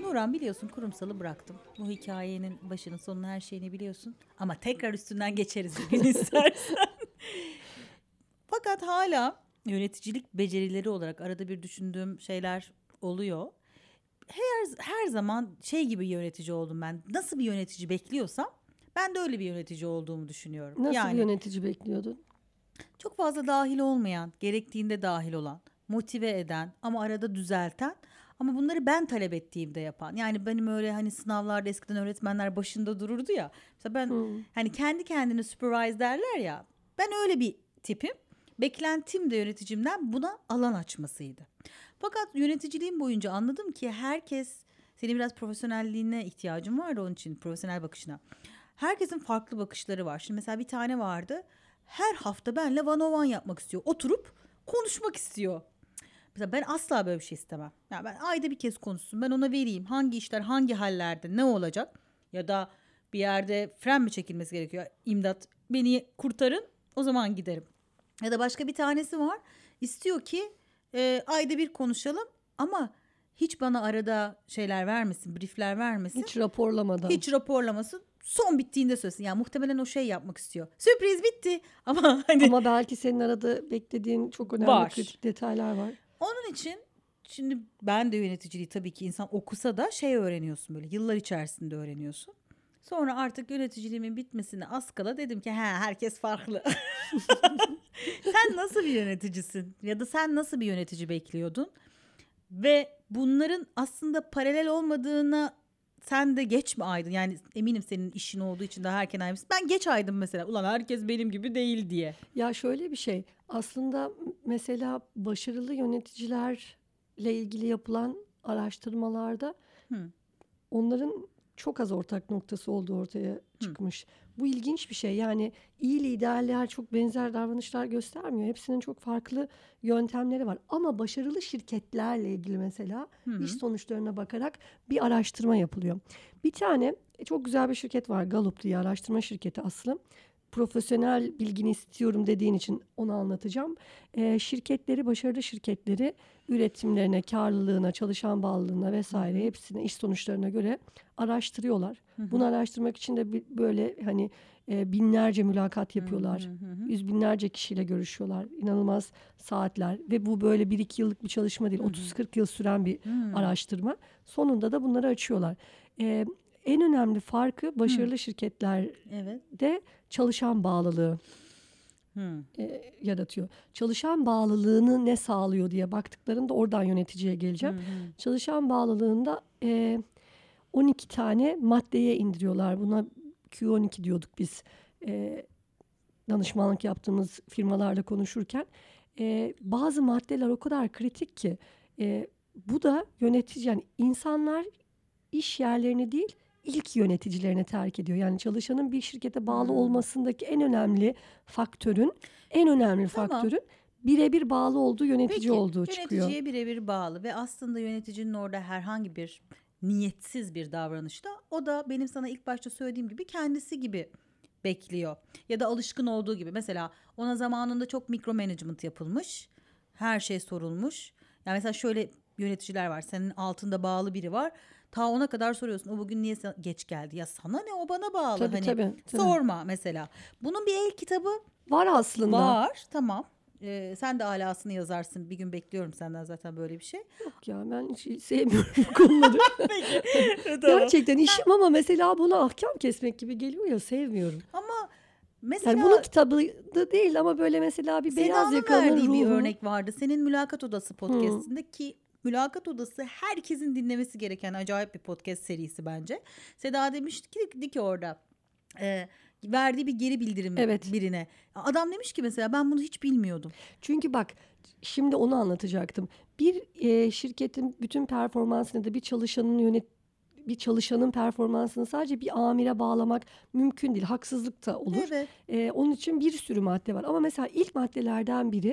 Nuran biliyorsun kurumsalı bıraktım. Bu hikayenin başını sonunu her şeyini biliyorsun. Ama tekrar üstünden geçeriz bir gün istersen. Fakat hala yöneticilik becerileri olarak arada bir düşündüğüm şeyler oluyor. Her zaman şey gibi yönetici oldum ben. Nasıl bir yönetici bekliyorsam ben de öyle bir yönetici olduğumu düşünüyorum. Nasıl bir yönetici bekliyordun? Çok fazla dahil olmayan, gerektiğinde dahil olan, motive eden ama arada düzelten ama bunları ben talep ettiğimde yapan. Yani benim öyle hani sınavlarda eskiden öğretmenler başında dururdu ya. Mesela ben hani kendi kendini supervise derler ya. Ben öyle bir tipim. Beklentim de yöneticimden buna alan açmasıydı. Fakat yöneticiliğim boyunca anladım ki herkes senin biraz profesyonelliğine ihtiyacın vardı onun için profesyonel bakışına. Herkesin farklı bakışları var. Şimdi mesela bir tane vardı. Her hafta benle one on one yapmak istiyor. Oturup konuşmak istiyor. Mesela ben asla böyle bir şey istemem. Yani ben ayda bir kez konuşsun. Ben ona vereyim. Hangi işler hangi hallerde ne olacak? Ya da bir yerde fren mi çekilmesi gerekiyor? İmdat beni kurtarın. O zaman giderim. Ya da başka bir tanesi var. İstiyor ki ayda bir konuşalım ama hiç bana arada şeyler vermesin, briefler vermesin. Hiç raporlamadan. Hiç raporlamasın. Son bittiğinde söylesin. Yani muhtemelen o şey yapmak istiyor. Sürpriz bitti. Ama hani Ama belki senin arada beklediğin çok önemli kritik detaylar var. Onun için şimdi ben de yöneticiliği tabii ki insan okusa da şey öğreniyorsun böyle yıllar içerisinde öğreniyorsun. Sonra artık yöneticiliğimin bitmesine az kala dedim ki herkes farklı. Sen nasıl bir yöneticisin? Ya da sen nasıl bir yönetici bekliyordun? Ve bunların aslında paralel olmadığına sen de geç mi aydın? Yani eminim senin işin olduğu için daha erken ayrılmışsın. Ben geç aydım mesela. Ulan herkes benim gibi değil diye. Ya şöyle bir şey. Aslında mesela başarılı yöneticilerle ilgili yapılan araştırmalarda onların çok az ortak noktası olduğu ortaya çıkmış. Bu ilginç bir şey. Yani iyi liderler çok benzer davranışlar göstermiyor. Hepsinin çok farklı yöntemleri var. Ama başarılı şirketlerle ilgili mesela iş sonuçlarına bakarak bir araştırma yapılıyor. Bir tane çok güzel bir şirket var. Gallup diye araştırma şirketi Aslı. Profesyonel bilgini istiyorum dediğin için onu anlatacağım. Şirketleri, başarılı şirketleri üretimlerine, karlılığına, çalışan bağlılığına vesaire hepsine iş sonuçlarına göre araştırıyorlar. Bunu araştırmak için de böyle hani binlerce mülakat yapıyorlar. Yüz binlerce kişiyle görüşüyorlar. İnanılmaz saatler ve bu böyle 1-2 yıllık bir çalışma değil. 30-40 yıl süren bir araştırma. Sonunda da bunları açıyorlar. En önemli farkı başarılı şirketlerde çalışan bağlılığı yaratıyor. Çalışan bağlılığını ne sağlıyor diye baktıklarında oradan yöneticiye geleceğim. Çalışan bağlılığında 12 tane maddeye indiriyorlar. Buna Q12 diyorduk biz danışmanlık yaptığımız firmalarla konuşurken. Bazı maddeler o kadar kritik ki bu da yönetici yani insanlar iş yerlerini değil ilk yöneticilerine terk ediyor. Yani çalışanın bir şirkete bağlı olmasındaki en önemli faktörün birebir bağlı olduğu yönetici olduğu çıkıyor. Yöneticiye birebir bağlı ve aslında yöneticinin orada herhangi bir niyetsiz bir davranışta o da benim sana ilk başta söylediğim gibi kendisi gibi bekliyor. Ya da alışkın olduğu gibi mesela ona zamanında çok mikro management yapılmış. Her şey sorulmuş. Yani mesela şöyle yöneticiler var. Senin altında bağlı biri var. Ta ona kadar soruyorsun. O bugün niye geç geldi? Ya sana ne o bana bağlı. Tabii. Sorma mesela. Bunun bir el kitabı var aslında. Var tamam. Sen de alasını yazarsın. Bir gün bekliyorum senden zaten böyle bir şey. Yok ya ben hiç sevmiyorum bu konuları. Peki. Tamam. Gerçekten işim ama mesela buna ahkam kesmek gibi geliyor ya sevmiyorum. Ama mesela yani bunun kitabı da değil ama böyle mesela bir beyaz yakanın ruhu. bir örnek vardı. Senin Mülakat Odası podcast'inde ki Mülakat Odası herkesin dinlemesi gereken acayip bir podcast serisi bence. Seda demişti ki orada verdiği bir geri bildirim birine. Adam demiş ki mesela ben bunu hiç bilmiyordum. Çünkü bak şimdi onu anlatacaktım. Bir şirketin bütün performansını da bir çalışanın performansını sadece bir amire bağlamak mümkün değil. Haksızlık da olur. Evet. Onun için bir sürü madde var. Ama mesela ilk maddelerden biri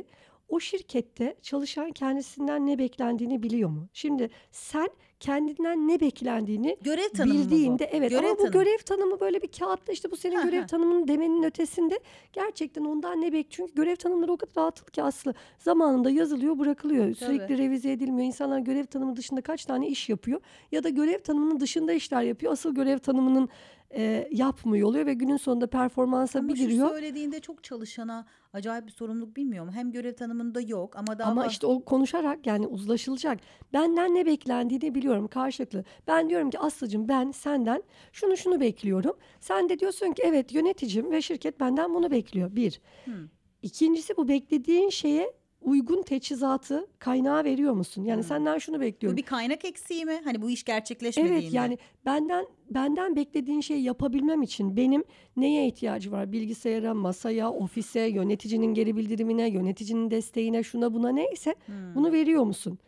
o şirkette çalışan kendisinden ne beklendiğini biliyor mu? Şimdi sen kendinden ne beklendiğini Görev tanımı mı bu? bildiğinde evet, Görev ama bu tanımı. görev tanımı böyle bir kağıtta işte bu senin görev tanımının demenin ötesinde gerçekten ondan ne bek? Çünkü görev tanımları o kadar atıl ki Aslı, zamanında yazılıyor, bırakılıyor. Sürekli revize edilmiyor. İnsanlar görev tanımı dışında kaç tane iş yapıyor ya da görev tanımının dışında işler yapıyor. Asıl görev tanımının yapmıyor oluyor ve günün sonunda performansa Ama bir şu giriyor. söylediğinde çok çalışana acayip bir sorumluluk, bilmiyorum. Hem görev tanımında yok ama daha Ama işte o konuşarak yani uzlaşılacak. Benden ne beklendiğini biliyorum karşılıklı. Ben diyorum ki Aslı'cığım ben senden şunu bekliyorum. Sen de diyorsun ki evet yöneticim ve şirket benden bunu bekliyor. Bir. İkincisi, bu beklediğin şeye uygun teçhizatı, kaynağı veriyor musun? Yani senden şunu bu bekliyorum. bir kaynak eksiği mi? Hani bu iş gerçekleşmediğinde. Evet, yani benden beklediğin şeyi yapabilmem için benim neye ihtiyacı var? Bilgisayara, masaya, ofise, yöneticinin geri bildirimine, yöneticinin desteğine, şuna buna neyse bunu veriyor musun?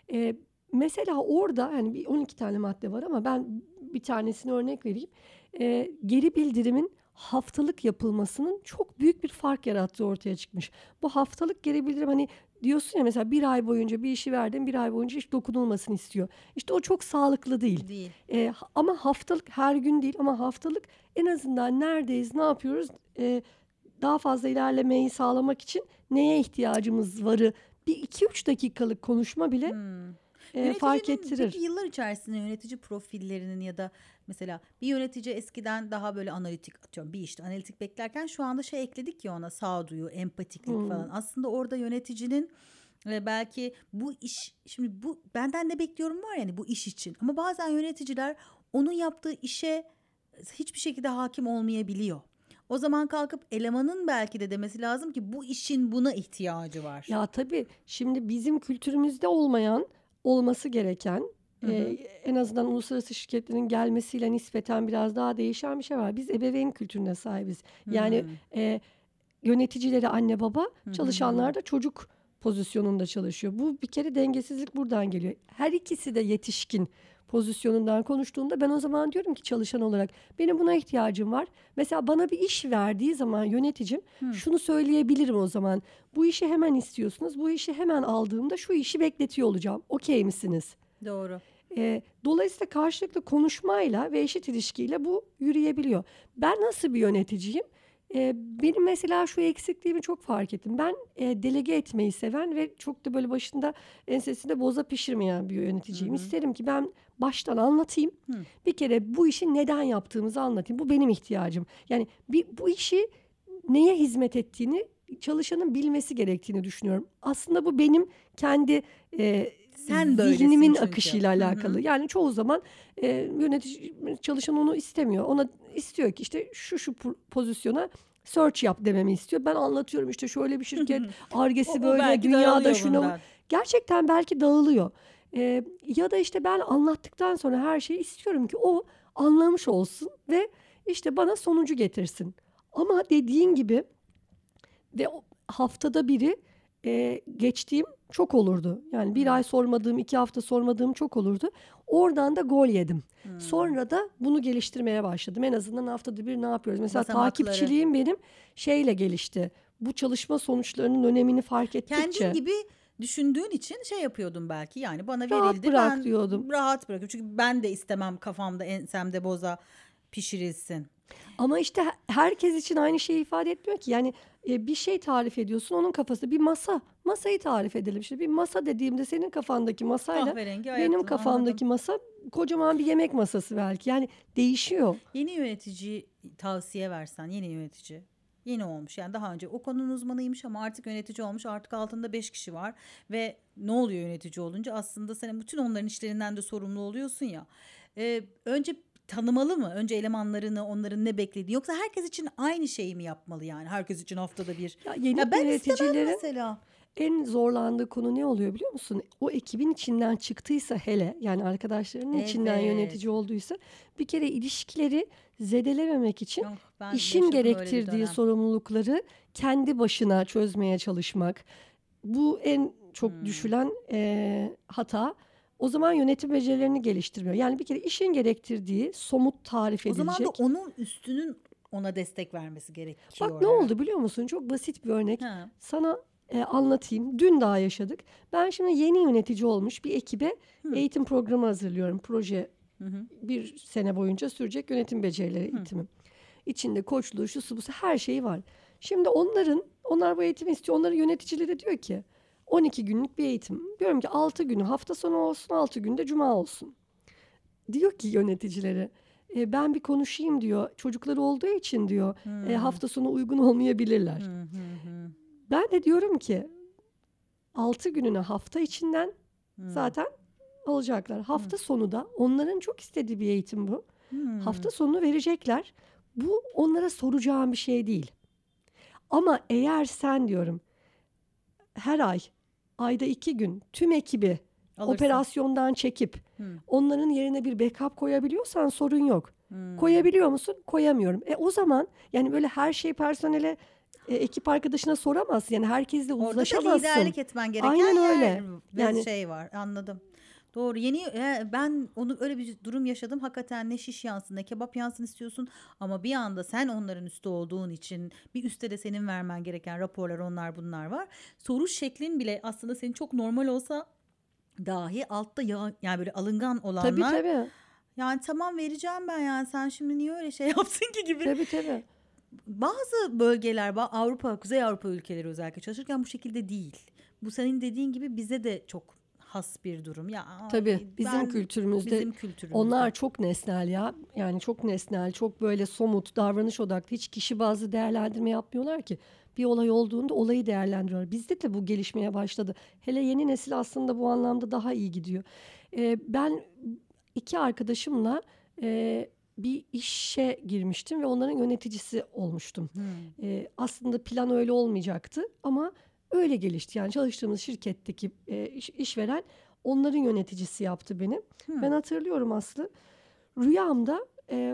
Mesela orada hani bir 12 tane madde var ama ben bir tanesini örnek vereyim. Geri bildirimin haftalık yapılmasının çok büyük bir fark yarattığı ortaya çıkmış. Bu haftalık geri bildirim, hani diyorsun ya mesela bir ay boyunca bir işi verdim, bir ay boyunca hiç dokunulmasını istiyor. İşte o çok sağlıklı değil. Ama haftalık, her gün değil ama haftalık en azından neredeyiz, ne yapıyoruz, daha fazla ilerlemeyi sağlamak için neye ihtiyacımız varı bir 2-3 dakikalık konuşma bile fark ettirir. Peki yıllar içerisinde yönetici profillerinin ya da mesela bir yönetici eskiden daha böyle analitik, atıyorum bir işte analitik beklerken şu anda şey ekledik ya ona, sağduyu, empatiklik falan. Aslında orada yöneticinin belki bu iş, şimdi bu benden ne bekliyorum var yani bu iş için, ama bazen yöneticiler onun yaptığı işe hiçbir şekilde hakim olmayabiliyor. O zaman kalkıp elemanın belki de demesi lazım ki bu işin buna ihtiyacı var. Ya tabii şimdi bizim kültürümüzde olmayan, olması gereken, en azından uluslararası şirketlerin gelmesiyle nispeten biraz daha değişen bir şey var. Biz ebeveyn kültürüne sahibiz. Yani yöneticileri anne baba, çalışanlar da çocuk pozisyonunda çalışıyor. Bu bir kere dengesizlik buradan geliyor. Her ikisi de yetişkin pozisyonundan konuştuğunda ben o zaman diyorum ki çalışan olarak benim buna ihtiyacım var. Mesela bana bir iş verdiği zaman yöneticim şunu söyleyebilirim o zaman. Bu işi hemen istiyorsunuz. Bu işi hemen aldığımda şu işi bekletiyor olacağım. Okey misiniz? Doğru. Dolayısıyla karşılıklı konuşmayla ve eşit ilişkiyle bu yürüyebiliyor. Ben nasıl bir yöneticiyim? Benim mesela şu eksikliğimi çok fark ettim. Ben delege etmeyi seven ve çok da böyle başında ensesinde boza pişirmeyen bir yöneticiyim. İsterim ki ben baştan anlatayım. Bir kere bu işi neden yaptığımızı anlatayım. Bu benim ihtiyacım. Yani bu işi neye hizmet ettiğini çalışanın bilmesi gerektiğini düşünüyorum. Aslında bu benim kendi zihnimin çünkü akışıyla alakalı. Yani çoğu zaman yönetici, çalışan onu istemiyor. Ona istiyor ki işte şu pozisyona search yap dememi istiyor. Ben anlatıyorum işte şöyle bir şirket, Ar-Ge'si böyle, dünyada şuna. Gerçekten belki dağılıyor. Ya da işte ben anlattıktan sonra her şeyi istiyorum ki o anlamış olsun ve işte bana sonucu getirsin. Ama dediğin gibi ve haftada biri geçtiğim çok olurdu. Yani bir ay sormadığım, 2 hafta sormadığım çok olurdu. Oradan da gol yedim. Sonra da bunu geliştirmeye başladım. En azından haftada bir ne yapıyoruz? Mesela takipçiliğim benim şeyle gelişti. Bu çalışma sonuçlarının önemini fark ettikçe. Kendin gibi düşündüğün için şey yapıyordum belki. Yani bana rahat verildi, bırak ben diyordum. Rahat bırakıyorum. Çünkü ben de istemem kafamda, ensemde boza pişirilsin. Ama işte herkes için aynı şeyi ifade etmiyor ki. Yani bir şey tarif ediyorsun, onun kafasında bir masayı tarif edelim. İşte bir masa dediğimde senin kafandaki masayla benim kafamdaki masa kocaman bir yemek masası belki. Yani değişiyor. Yeni yönetici tavsiye versen, yeni yönetici yeni olmuş, yani daha önce o konunun uzmanıymış ama artık yönetici olmuş, artık altında 5 kişi var ve ne oluyor yönetici olunca? Aslında sen bütün onların işlerinden de sorumlu oluyorsun ya. Önce tanımalı mı? Önce elemanlarını, onların ne beklediğini, yoksa herkes için aynı şeyi mi yapmalı yani? Herkes için haftada bir. Ya ben yöneticilerin mesela. En zorlandığı konu ne oluyor biliyor musun? O ekibin içinden çıktıysa hele, yani arkadaşlarının içinden yönetici olduysa bir kere ilişkileri zedelememek için işin gerektirdiği sorumlulukları kendi başına çözmeye çalışmak. Bu en çok düşülen hata. O zaman yönetim becerilerini geliştirmiyor. Yani bir kere işin gerektirdiği somut tarif edilecek. O zaman da onun üstünün ona destek vermesi gerekiyor. Bak ne oldu biliyor musun? Çok basit bir örnek. Sana anlatayım. Dün daha yaşadık. Ben şimdi yeni yönetici olmuş bir ekibe eğitim programı hazırlıyorum. Proje bir sene boyunca sürecek yönetim becerileri eğitimi. İçinde koçluğu, şusu busu her şeyi var. Şimdi onlar bu eğitimi istiyor. Onların yöneticileri de diyor ki 12 günlük bir eğitim. Diyorum ki 6 günü hafta sonu olsun, 6 günde cuma olsun. Diyor ki yöneticileri ben bir konuşayım diyor. Çocukları olduğu için diyor hafta sonu uygun olmayabilirler. Ben de diyorum ki 6 gününü hafta içinden zaten alacaklar. Hafta sonu da onların çok istediği bir eğitim bu. Hafta sonunu verecekler. Bu onlara soracağım bir şey değil. Ama eğer sen diyorum her ayda 2 gün tüm ekibi operasyondan çekip onların yerine bir backup koyabiliyorsan sorun yok. Koyabiliyor musun? Koyamıyorum. O zaman yani böyle her şey personele ekip arkadaşına soramazsın. Yani herkesle uzlaşamazsın. Orada da liderlik etmen gereken Aynen öyle. Yani şey var. Anladım. Doğru. Ben onu öyle bir durum yaşadım. Hakikaten ne şiş yansın ne kebap yansın istiyorsun ama bir anda sen onların üstü olduğun için bir üstte de senin vermen gereken raporlar onlar bunlar var. Soruş şeklin bile aslında senin çok normal olsa dahi altta yani böyle alıngan olanlar. Tabii. Yani tamam vereceğim ben yani sen şimdi niye öyle şey yaptın ki gibi. Tabii. Bazı bölgeler Avrupa, Kuzey Avrupa ülkeleri özellikle çalışırken bu şekilde değil. Bu senin dediğin gibi bize de çok has bir durum. Ya tabii bizim kültürümüzde onlar çok nesnel ya. Yani çok nesnel, çok böyle somut, davranış odaklı. Hiç kişi bazlı değerlendirme yapmıyorlar ki. Bir olay olduğunda olayı değerlendiriyorlar. Bizde de bu gelişmeye başladı. Hele yeni nesil aslında bu anlamda daha iyi gidiyor. Ben 2 arkadaşımla bir işe girmiştim ve onların yöneticisi olmuştum. Aslında plan öyle olmayacaktı ama öyle gelişti. Yani çalıştığımız şirketteki işveren onların yöneticisi yaptı beni. Ben hatırlıyorum Aslı. Rüyamda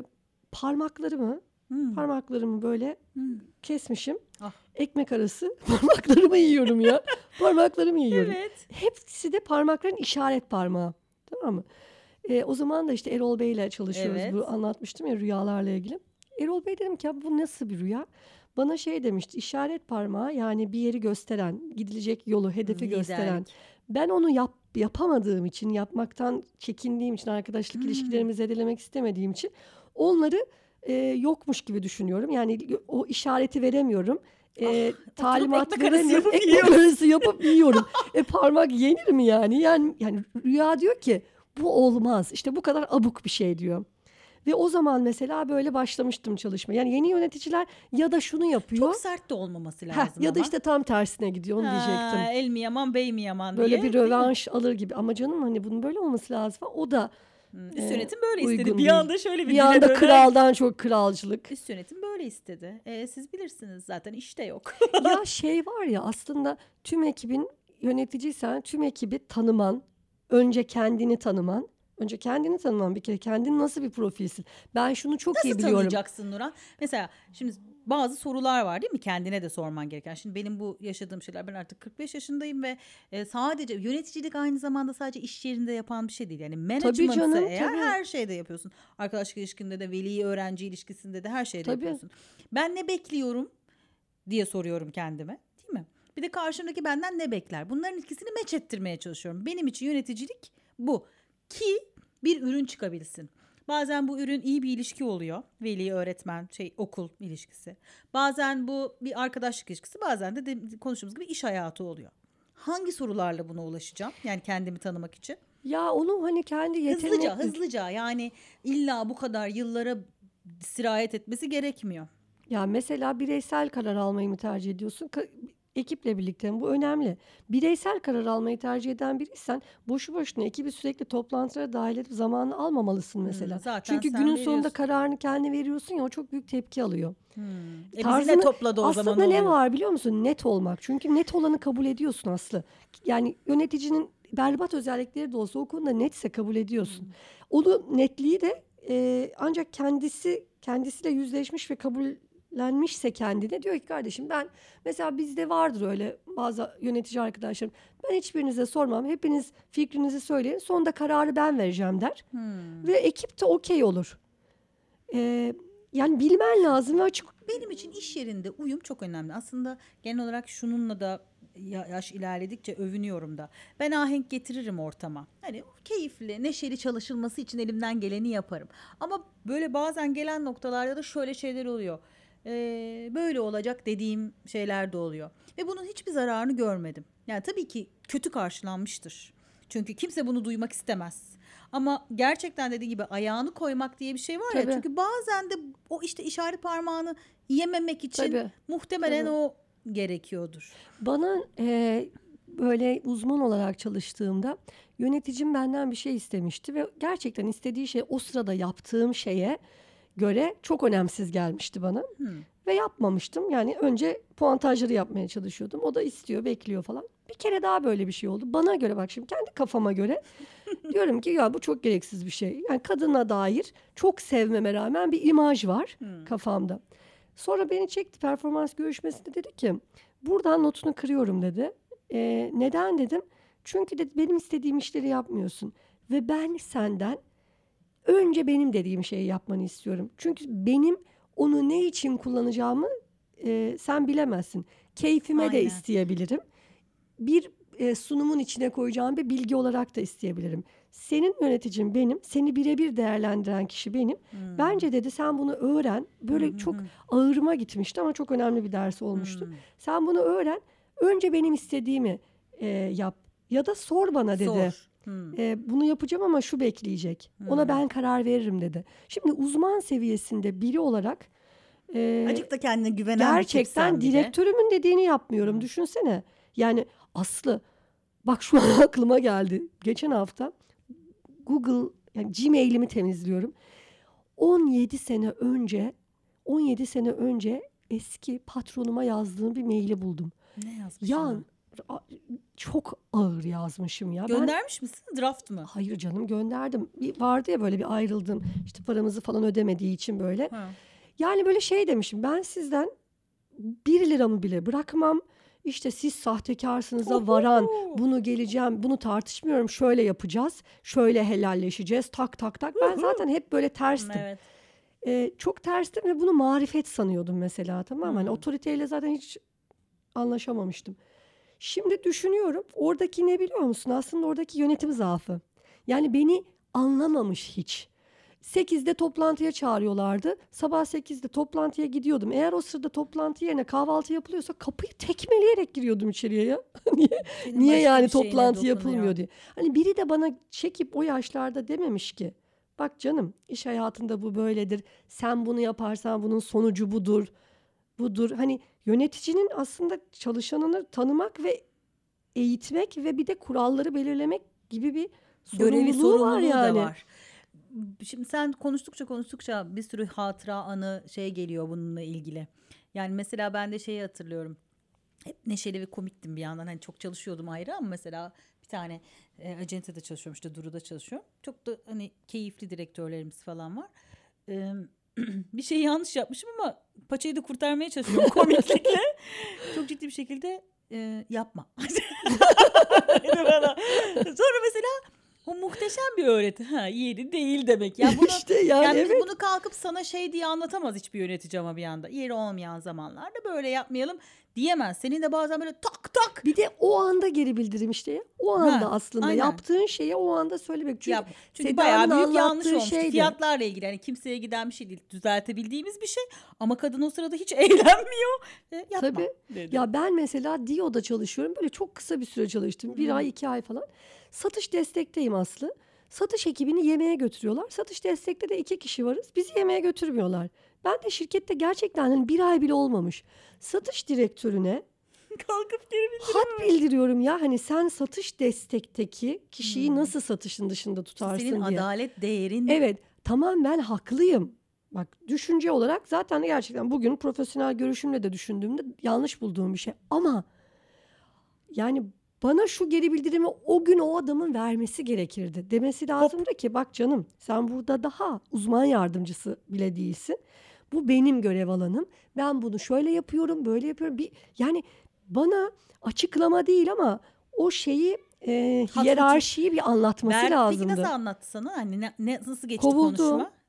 parmaklarımı böyle kesmişim. Ekmek arası parmaklarımı yiyorum ya. Parmaklarımı yiyorum. Evet. Hepsi de parmakların işaret parmağı. Tamam mı? O zaman da işte Erol Bey ile çalışıyoruz. Evet. Bu anlatmıştım ya rüyalarla ilgili. Erol Bey dedim ki ya bu nasıl bir rüya? Bana şey demişti, işaret parmağı yani bir yeri gösteren, gidilecek yolu, hedefi gösteren. Ben onu yapamadığım için, yapmaktan çekindiğim için, arkadaşlık ilişkilerimi zedelemek istemediğim için onları yokmuş gibi düşünüyorum. Yani o işareti veremiyorum. Talimat veremiyorum. Ekmek arası yapıp yiyorum. Parmak yenir mi yani? Yani rüya diyor ki bu olmaz. İşte bu kadar abuk bir şey diyor. Ve o zaman mesela böyle başlamıştım çalışmaya. Yani yeni yöneticiler ya da şunu yapıyor. Çok sert de olmaması lazım ya da işte tam tersine gidiyor onu diyecektim. El mi yaman bey mi yaman böyle diye. Böyle bir rövanş alır gibi. Ama canım hani bunun böyle olması lazım. O da üst yönetim böyle istedi. Bir anda şöyle bir anda kraldan çok kralcılık. Üst yönetim böyle istedi. Siz bilirsiniz zaten işte yok. Ya şey var ya aslında tüm ekibin yöneticiysen tüm ekibi tanıman, önce kendini tanıman. Önce kendini tanıman bir kere. Kendin nasıl bir profilsin? Ben şunu çok iyi biliyorum. Nasıl tanıyacaksın Nurhan? Mesela şimdi bazı sorular var değil mi? Kendine de sorman gereken. Şimdi benim bu yaşadığım şeyler, ben artık 45 yaşındayım ve sadece yöneticilik aynı zamanda sadece iş yerinde yapan bir şey değil. Yani management'sa eğer her şeyde yapıyorsun. Arkadaşlık ilişkinde de, veli öğrenci ilişkisinde de her şeyde yapıyorsun. Ben ne bekliyorum diye soruyorum kendime, değil mi? Bir de karşımdaki benden ne bekler? Bunların ikisini match ettirmeye çalışıyorum. Benim için yöneticilik bu. Ki bir ürün çıkabilsin. Bazen bu ürün iyi bir ilişki oluyor. Veli, öğretmen, okul ilişkisi. Bazen bu bir arkadaşlık ilişkisi. Bazen de konuştuğumuz gibi iş hayatı oluyor. Hangi sorularla buna ulaşacağım? Yani kendimi tanımak için. Ya onu hani kendi yeteneği... Hızlıca yani illa bu kadar yıllara sirayet etmesi gerekmiyor. Ya mesela bireysel karar almayı mı tercih ediyorsun? Ekiple birlikte mi? Bu önemli. Bireysel karar almayı tercih eden biriysen boşu boşuna ekibi sürekli toplantılara dahil edip zamanını almamalısın mesela. Çünkü günün sonunda kararını kendi veriyorsun ya o çok büyük tepki alıyor. Bizi de topladı o zaman. Aslında ne var biliyor musun? Net olmak. Çünkü net olanı kabul ediyorsun Aslı. Yani yöneticinin berbat özellikleri de olsa o konuda netse kabul ediyorsun. Onu netliği de ancak kendisiyle yüzleşmiş ve kabullenmişse kendine diyor ki kardeşim ben mesela bizde vardır öyle bazı yönetici arkadaşlarım, ben hiçbirinize sormam, hepiniz fikrinizi söyleyin, sonunda kararı ben vereceğim der ve ekip de okey olur. Yani bilmen lazım ve açık. Benim için iş yerinde uyum çok önemli. Aslında genel olarak şununla da yaş ilerledikçe övünüyorum da. Ben ahenk getiririm ortama. Hani keyifli, neşeli çalışılması için elimden geleni yaparım. Ama böyle bazen gelen noktalarda da şöyle şeyler oluyor. Böyle olacak dediğim şeyler de oluyor. Ve bunun hiçbir zararını görmedim. Yani tabii ki kötü karşılanmıştır. Çünkü kimse bunu duymak istemez. Ama gerçekten dediği gibi ayağını koymak diye bir şey var ya. Tabii. Çünkü bazen de o işte işaret parmağını yememek için Tabii. muhtemelen Tabii. o gerekiyordur. Bana böyle uzman olarak çalıştığımda yöneticim benden bir şey istemişti ve gerçekten istediği şey o sırada yaptığım şeye göre çok önemsiz gelmişti bana. Ve yapmamıştım. Yani önce puantajları yapmaya çalışıyordum. O da istiyor, bekliyor falan. Bir kere daha böyle bir şey oldu. Bana göre, bak şimdi kendi kafama göre diyorum ki ya bu çok gereksiz bir şey. Yani kadına dair çok sevmeme rağmen bir imaj var kafamda. Sonra beni çekti performans görüşmesinde, dedi ki buradan notunu kırıyorum dedi. Neden dedim. Çünkü dedi benim istediğim işleri yapmıyorsun. Ve ben senden önce benim dediğim şeyi yapmanı istiyorum. Çünkü benim onu ne için kullanacağımı sen bilemezsin. Keyfime de Aynen. isteyebilirim. Bir sunumun içine koyacağım bir bilgi olarak da isteyebilirim. Senin yöneticin benim, seni birebir değerlendiren kişi benim. Bence dedi sen bunu öğren. Böyle çok ağırıma gitmişti ama çok önemli bir ders olmuştu. Sen bunu öğren. Önce benim istediğimi yap. Ya da sor bana dedi. Sor. Bunu yapacağım ama şu bekleyecek. Ona ben karar veririm dedi. Şimdi uzman seviyesinde biri olarak Acık da kendine güvenen gerçekten bir tipsen bir de. direktörümün dediğini yapmıyorum. Düşünsene. Yani Aslı, bak şu an aklıma geldi. Geçen hafta Google, yani Gmail'imi temizliyorum. 17 sene önce eski patronuma yazdığım bir maili buldum. Ne yazmış? Ya çok ağır yazmışım ya. Göndermiş misin? Draft mı? Hayır canım, gönderdim. Vardı ya böyle bir ayrıldım. İşte paramızı falan ödemediği için böyle. Ha. Yani böyle şey demişim. Ben sizden 1 liramı bile bırakmam. İşte siz sahtekarsınıza varan, bunu geleceğim, bunu tartışmıyorum. Şöyle yapacağız, şöyle helalleşeceğiz. Tak tak tak. Ben zaten hep böyle terstim. Evet. Çok terstim ve bunu marifet sanıyordum mesela, tamam mı? Hani otoriteyle zaten hiç anlaşamamıştım. Şimdi düşünüyorum, oradaki ne biliyor musun? Aslında oradaki yönetim zaafı. Yani beni anlamamış hiç. 8'de toplantıya çağırıyorlardı. Sabah 8'de toplantıya gidiyordum. Eğer o sırada toplantı yerine kahvaltı yapılıyorsa kapıyı tekmeleyerek giriyordum içeriye ya. Niye başka yani bir şeyine toplantı dokunuyor. yapılmıyor diye. Hani biri de bana çekip o yaşlarda dememiş ki bak canım, iş hayatında bu böyledir. Sen bunu yaparsan bunun sonucu budur. Budur. Hani yöneticinin aslında çalışanını tanımak ve eğitmek ve bir de kuralları belirlemek gibi bir sorumluluğu var yani. da var. Şimdi sen konuştukça bir sürü hatıra, anı geliyor bununla ilgili. Yani mesela ben de şeyi hatırlıyorum. Hep neşeli ve komiktim bir yandan. Hani çok çalışıyordum ayrı ama mesela bir tane acentede çalışıyorum, işte Duru'da çalışıyorum. Çok da hani keyifli direktörlerimiz falan var. Bir şey yanlış yapmışım ama paçayı da kurtarmaya çalışıyorum komiklikle. Çok ciddi bir şekilde yapma. Sonra mesela o muhteşem bir öğreti. Yeri değil demek. Ya bunu, İşte yani evet. bunu kalkıp sana diye anlatamaz hiçbir yönetici ama bir anda. Yeri olmayan zamanlarda böyle yapmayalım diyemez. Senin de bazen böyle tak tak. Bir de o anda geri bildirim işte ya. O anda aslında aynen. Yaptığın şeye o anda söylemek. Çünkü bayağı büyük yanlış olmuş. Şeydi. Fiyatlarla ilgili. Yani kimseye giden bir şey değil. Düzeltebildiğimiz bir şey. Ama kadın o sırada hiç eğlenmiyor. Yapma Tabii. dedi. Ya ben mesela Dio'da çalışıyorum. Böyle çok kısa bir süre çalıştım. 1 ay 2 ay falan. Satış destekteyim Aslı. Satış ekibini yemeğe götürüyorlar. Satış destekte de 2 kişi varız. Bizi yemeğe götürmüyorlar. Ben de şirkette gerçekten hani 1 ay bile olmamış. Satış direktörüne kalkıp geri hat bildiriyorum ya. Hani sen satış destekteki kişiyi nasıl satışın dışında tutarsın Senin diye. adalet değerin. Evet, tamam, ben haklıyım. Bak, düşünce olarak zaten gerçekten bugün profesyonel görüşümle de düşündüğümde yanlış bulduğum bir şey. Ama yani bana şu geri bildirimi o gün o adamın vermesi gerekirdi. Demesi lazımdı ki bak canım, sen burada daha uzman yardımcısı bile değilsin. Bu benim görev alanım. Ben bunu şöyle yapıyorum, böyle yapıyorum. Yani bana açıklama değil ama o şeyi hiyerarşiyi bir anlatması lazımdı. Peki nasıl anlattı sana? Hani nasıl geçti Kovuldum. konuşma?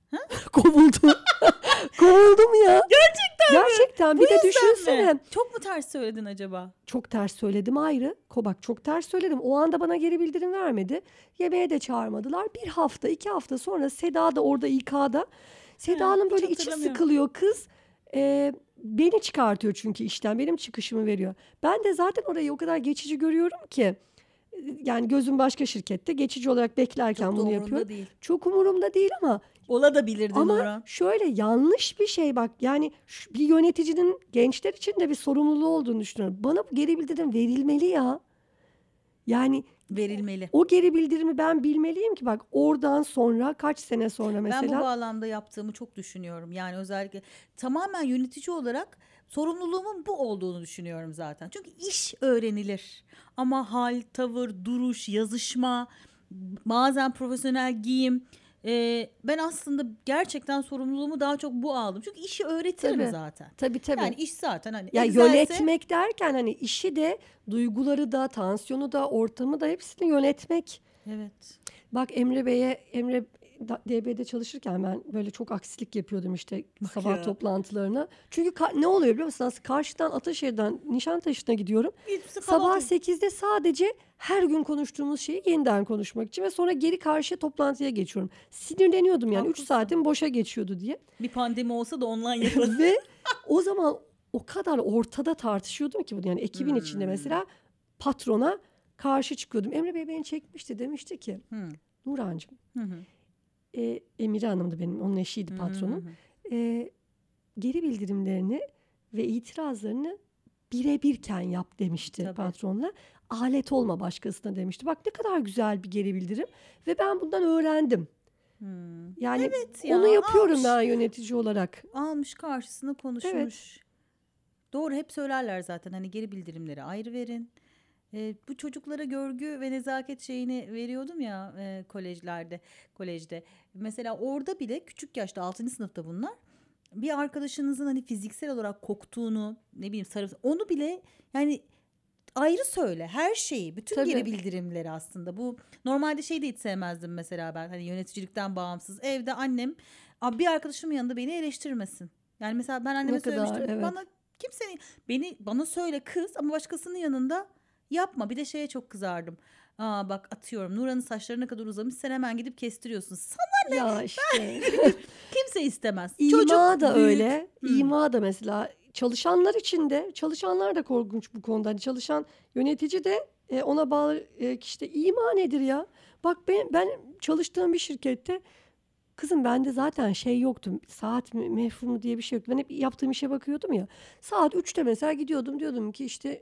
Kovuldu. Kovuldum ya. Gerçekten Gerçekten Bu bir de yüzden düşünsene. mi? Çok mu ters söyledin acaba? Çok ters söyledim ayrı. Bak çok ters söyledim. O anda bana geri bildirim vermedi. Yemeğe de çağırmadılar. 1 hafta 2 hafta sonra Seda da orada İK'da. Seda'nın hiç böyle içi hatırlamıyorum. sıkılıyor kız. Beni çıkartıyor çünkü işten. Benim çıkışımı veriyor. Ben de zaten orayı o kadar geçici görüyorum ki. Yani gözüm başka şirkette geçici olarak beklerken Çok da bunu umurumda yapıyor. değil. Çok umurumda değil ama Ola da bilirdin ama Nurhan. şöyle yanlış bir şey bak. Yani bir yöneticinin gençler için de bir sorumluluğu olduğunu düşünüyorum. Bana bu geri bildirim verilmeli ya. Yani Verilmeli. o geri bildirimi ben bilmeliyim ki bak oradan sonra kaç sene sonra Ben bu mesela. bağlamda yaptığımı çok düşünüyorum. Yani özellikle tamamen yönetici olarak sorumluluğumun bu olduğunu düşünüyorum zaten. Çünkü iş öğrenilir. Ama hal, tavır, duruş, yazışma, bazen profesyonel giyim. Ben aslında gerçekten sorumluluğumu daha çok bu aldım. Çünkü işi öğretirim Tabii. zaten. Tabii. Yani iş zaten hani Ya Excel'se yönetmek derken hani işi de duyguları da tansiyonu da ortamı da hepsini yönetmek. evet. Bak Emre DB'de çalışırken ben böyle çok aksilik yapıyordum işte Bak sabah ya. toplantılarına. Çünkü ne oluyor biliyor musun? Aslında karşıdan Ataşehir'den Nişantaşı'na gidiyorum. Birisi Sabah kahvaltı- 8'de sadece her gün konuştuğumuz şeyi yeniden konuşmak için ve sonra geri karşıya toplantıya geçiyorum. Sinirleniyordum yani 3 Haklısın. saatim boşa geçiyordu diye. Bir pandemi olsa da online yaparız. Ve o zaman o kadar ortada tartışıyordum ki bunu yani ekibin içinde mesela patrona karşı çıkıyordum. Emre Bey beni çekmişti demişti ki Nurhancığım Hı hı. Emine Hanım'dı benim onun eşiydi patronun. Geri bildirimlerini ve itirazlarını birebirken yap demişti Tabii. patronla. Alet olma başkasına demişti. Bak ne kadar güzel bir geri bildirim ve ben bundan öğrendim. Yani Evet ya, onu yapıyorum almış. ben yönetici olarak. Almış karşısına konuşmuş. Evet. Doğru, hep söylerler zaten hani geri bildirimleri ayrı verin. Bu çocuklara görgü ve nezaket şeyini veriyordum ya kolejde. Mesela orada bile küçük yaşta 6. sınıfta bunlar. Bir arkadaşınızın hani fiziksel olarak koktuğunu ne bileyim onu bile yani ayrı söyle her şeyi, bütün Tabii. geri bildirimleri aslında. Bu normalde şey de hiç sevmezdim mesela ben hani yöneticilikten bağımsız. Evde annem bir arkadaşımın yanında beni eleştirmesin. Yani mesela ben anneme Ne kadar, söylemiştim. evet. Bana söyle kız ama başkasının yanında yapma. Bir de şeye çok kızardım. Bak atıyorum Nurhan'ın saçları ne kadar uzamış, sen hemen gidip kestiriyorsun. Ya işte. Kimse istemez. İma da büyük. öyle. İma da mesela çalışanlar için de çalışanlar da korkunç bu konuda. Hani çalışan yönetici de ona bağlı kişi de ima nedir ya? Bak ben çalıştığım bir şirkette kızım bende zaten şey yoktu. Saat mefhumu diye bir şey yoktu. Ben hep yaptığım işe bakıyordum ya. Saat 3'te mesela gidiyordum diyordum ki işte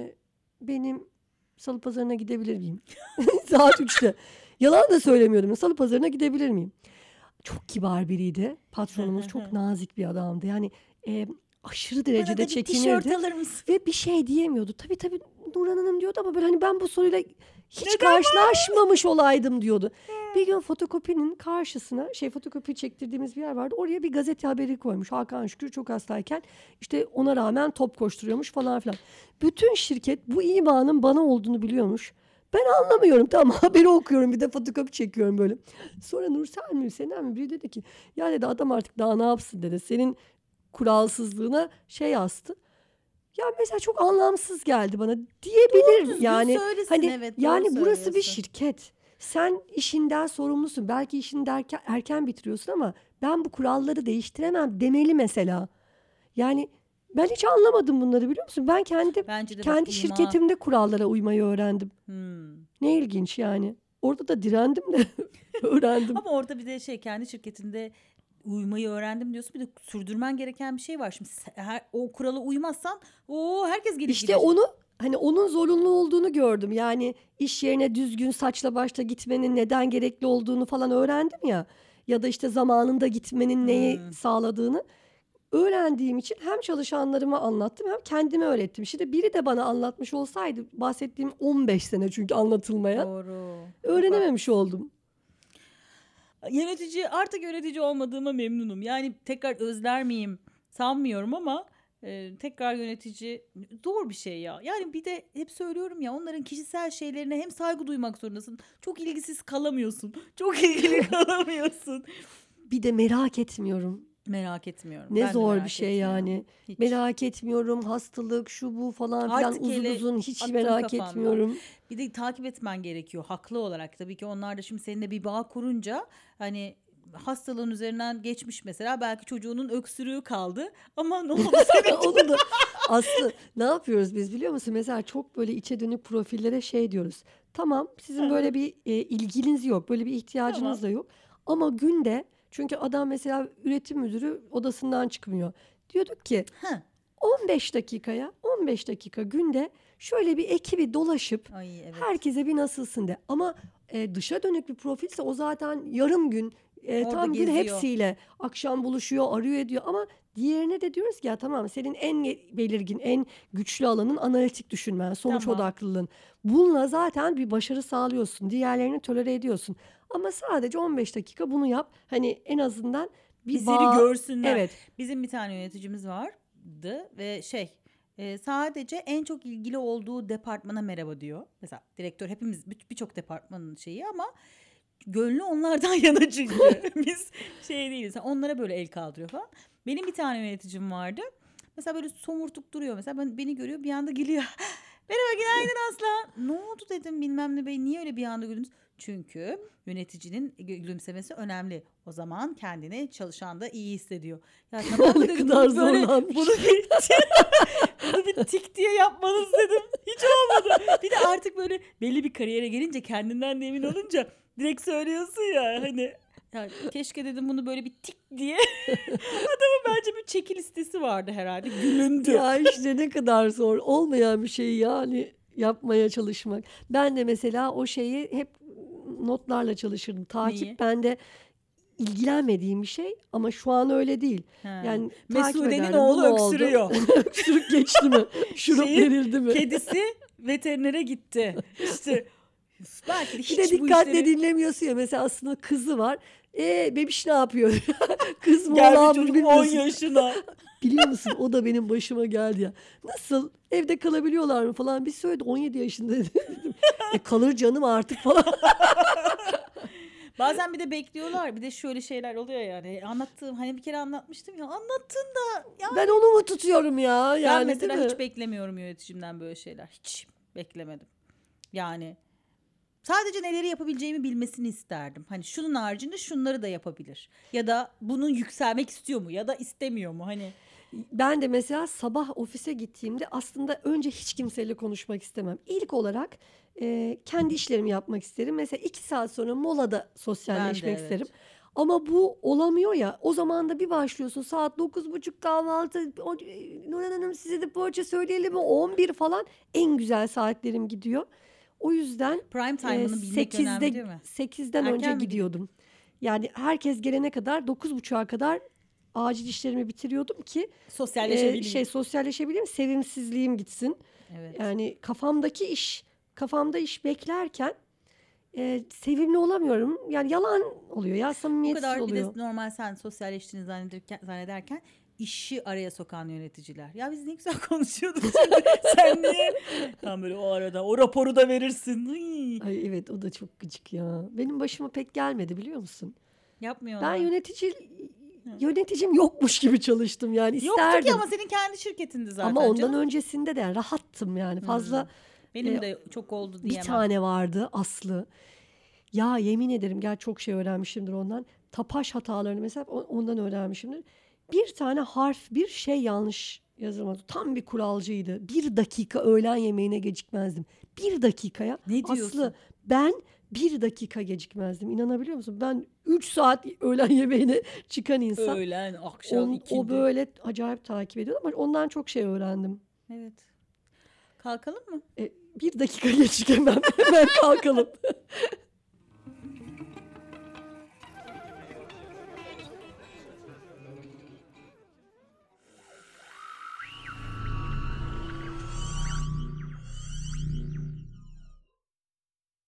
benim salı pazarına gidebilir miyim? Saat 3'te. Yalan da söylemiyordum. Salı pazarına gidebilir miyim? Çok kibar biriydi. Patronumuz çok nazik bir adamdı. Yani aşırı Bana derecede da bir tişört çekinirdi. alır mısın? Ve bir şey diyemiyordu. Tabii Nurhan Hanım diyordu ama böyle hani ben bu soruyla hiç karşılaşmamış olaydım diyordu. Bir gün fotokopinin karşısına fotokopi çektirdiğimiz bir yer vardı. Oraya bir gazete haberi koymuş. Hakan Şükür çok hastayken işte ona rağmen top koşturuyormuş falan filan. Bütün şirket bu imanın bana olduğunu biliyormuş. Ben anlamıyorum, tamam, haberi okuyorum, bir de fotokopi çekiyorum böyle. Sonra Nursel mi Hüseyin mi biri dedi ki ya dedi adam artık daha ne yapsın dedi. Senin kuralsızlığına astı. Ya mesela çok anlamsız geldi bana diyebilirim. düzgün Yani söylesin, hani evet, doğru yani burası bir söylüyorsun. şirket. Sen işinden sorumlusun. Belki işini erken bitiriyorsun ama ben bu kuralları değiştiremem demeli mesela. Yani ben hiç anlamadım bunları, biliyor musun? Ben Bence de kendi bak, şirketimde kurallara uymayı öğrendim. Ne ilginç yani. Orada da direndim de öğrendim. Ama orada bir de kendi şirketinde uymayı öğrendim diyorsun. Bir de sürdürmen gereken bir şey var. Şimdi o kurala uymazsan herkes gelip İşte gidecek. onu hani onun zorunlu olduğunu gördüm. Yani iş yerine düzgün saçla başla gitmenin neden gerekli olduğunu falan öğrendim ya. Ya da işte zamanında gitmenin neyi sağladığını öğrendiğim için hem çalışanlarıma anlattım hem kendime öğrettim. Şimdi biri de bana anlatmış olsaydı, bahsettiğim 15 sene çünkü anlatılmaya, Doğru. öğrenememiş oldum. Artık yönetici olmadığıma memnunum. Yani tekrar özler miyim sanmıyorum ama tekrar yönetici zor bir şey ya. Yani bir de hep söylüyorum ya, onların kişisel şeylerine hem saygı duymak zorundasın. Çok ilgisiz kalamıyorsun. Çok ilgili kalamıyorsun. Bir de merak etmiyorum. Merak etmiyorum. Ne Ben de zor bir merak şey etmiyorum. yani. Hiç. Merak etmiyorum. Hastalık, şu bu falan filan, Artık uzun hele uzun hiç attım merak kafamdan. etmiyorum. Bir de takip etmen gerekiyor haklı olarak. Tabii ki onlar da şimdi seninle bir bağ kurunca hani hastalığın üzerinden geçmiş mesela, belki çocuğunun öksürüğü kaldı ama ne oldu senin? Onu da Aslı ne yapıyoruz biz biliyor musun? Mesela çok böyle içe dönük profillere şey diyoruz. Tamam, sizin böyle bir ilginiz yok, böyle bir ihtiyacınız Tamam. da yok. Ama günde, çünkü adam mesela üretim müdürü odasından çıkmıyor. Diyorduk ki Heh. 15 dakika günde şöyle bir ekibi dolaşıp Ay evet. herkese bir nasılsın de. Ama dışa dönük bir profilse o zaten yarım gün, Orada tam gün geziyor. hepsiyle akşam buluşuyor, arıyor ediyor. Ama diğerine de diyoruz ki ya tamam, senin en belirgin, en güçlü alanın analitik düşünmen, sonuç Tamam. odaklılığın. Bununla zaten bir başarı sağlıyorsun. Diğerlerini tolere ediyorsun. Ama sadece 15 dakika bunu yap. Hani en azından Bir bir seni bağ. görsünler. Evet. Bizim bir tane yöneticimiz vardı ve sadece en çok ilgili olduğu departmana merhaba diyor. Mesela direktör, hepimiz birçok departmanın şeyi ama gönlü onlardan yana çünkü. Biz değiliz. Onlara böyle el kaldırıyor falan. Benim bir tane yöneticim vardı. Mesela böyle somurtuk duruyor. Mesela beni görüyor, bir anda geliyor. Merhaba, günaydın Aslan. Ne oldu dedim, bilmem ne bey, niye öyle bir anda güldünüz? Çünkü yöneticinin gülümsemesi önemli. O zaman kendini çalışan da iyi hissediyor. Ya tamam Ne dedim, kadar bunu böyle zorlanmış. bunu bir tik diye yapmanız dedim. Hiç olmadı. Bir de artık böyle belli bir kariyere gelince, kendinden de emin olunca direkt söylüyorsun ya hani. Ya keşke dedim bunu böyle bir tik diye. Adamın bence bir çeki listesi vardı herhalde. Gülündü. Ya işte ne kadar zor, olmayan bir şeyi yani yapmaya çalışmak. Ben de mesela o şeyi hep notlarla çalışırdım. Takip Neyi? bende ilgilenmediğim bir şey ama şu an öyle değil. Ha. Yani takip Mesude'nin ederdim. oğlu Bu ne oldu? öksürüyor. Öksürük geçti mi? Şurup Şeyin verildi mi? Kedisi veterinere gitti. İşte belki de Bir hiç de bu dikkatle işleri dinlemiyorsun ya. Mesela aslında kızı var. Bebiş ne yapıyor? Kız mı geldi oğlan mı çocuk 10 bilmiyorsun. yaşına. Biliyor musun, o da benim başıma geldi ya. Nasıl evde kalabiliyorlar mı falan, bir söyledi 17 yaşında dedim. Kalır canım artık falan. Bazen bir de bekliyorlar. Bir de şöyle şeyler oluyor yani. Anlattığım, hani bir kere anlatmıştım ya. Anlattın da ya. Ben onu mu tutuyorum ya? Ben Yani mesela değil mi? hiç beklemiyorum yöneticimden böyle şeyler. Hiç beklemedim. Yani sadece neleri yapabileceğimi bilmesini isterdim. Hani şunun haricinde şunları da yapabilir. Ya da bunun yükselmek istiyor mu ya da istemiyor mu? Hani Ben de mesela sabah ofise gittiğimde aslında önce hiç kimseyle konuşmak istemem. İlk olarak kendi işlerimi yapmak isterim. Mesela 2 saat sonra molada sosyalleşmek Ben de, evet. isterim. Ama bu olamıyor ya. O zaman da bir başlıyorsun, saat 9.30 kahvaltı. Nurhan Hanım, size de poğaça söyleyelim mi? 11 falan en güzel saatlerim gidiyor. O yüzden prime time'ını bilmek önemli değil mi? 8'den Erken önce mi gidiyor? gidiyordum. Yani herkes gelene kadar 9.30'a kadar acil işlerimi bitiriyordum ki Sosyalleşebileyim. sosyalleşebileyim, sevimsizliğim gitsin. Evet. Yani kafamda iş beklerken sevimli olamıyorum. Yani yalan oluyor ya, Bu samimiyetsiz kadar bir oluyor. de normal sen sosyalleştiğini zannederken işi araya sokan yöneticiler. Ya biz ne güzel konuşuyorduk şimdi. Sen niye? Tam böyle o arada o raporu da verirsin. Hıy. Ay evet, o da çok gıcık ya. Benim başıma pek gelmedi biliyor musun? Yapmıyorlar. Ben yöneticim yokmuş gibi çalıştım yani, Yoktu isterdim. ki ama senin kendi şirketindi zaten Ama ondan canım. öncesinde de rahattım yani, fazla. Benim de çok oldu Bir diyemem. tane vardı, Aslı. Ya yemin ederim, gel çok şey öğrenmişimdir ondan. Tapaş hatalarını mesela ondan öğrenmişimdir. Bir tane harf, bir şey yanlış yazılmadı. Tam bir kuralcıydı. 1 dakika öğlen yemeğine gecikmezdim. 1 dakikaya. Ne diyorsun? Aslı, ben 1 dakika gecikmezdim. İnanabiliyor musun? Ben 3 saat öğlen yemeğine çıkan insan. Öğlen, akşam, ikindi. O böyle acayip takip ediyordu ama ondan çok şey öğrendim. Evet. Kalkalım mı? 1 dakika gecikemem. Hemen kalkalım.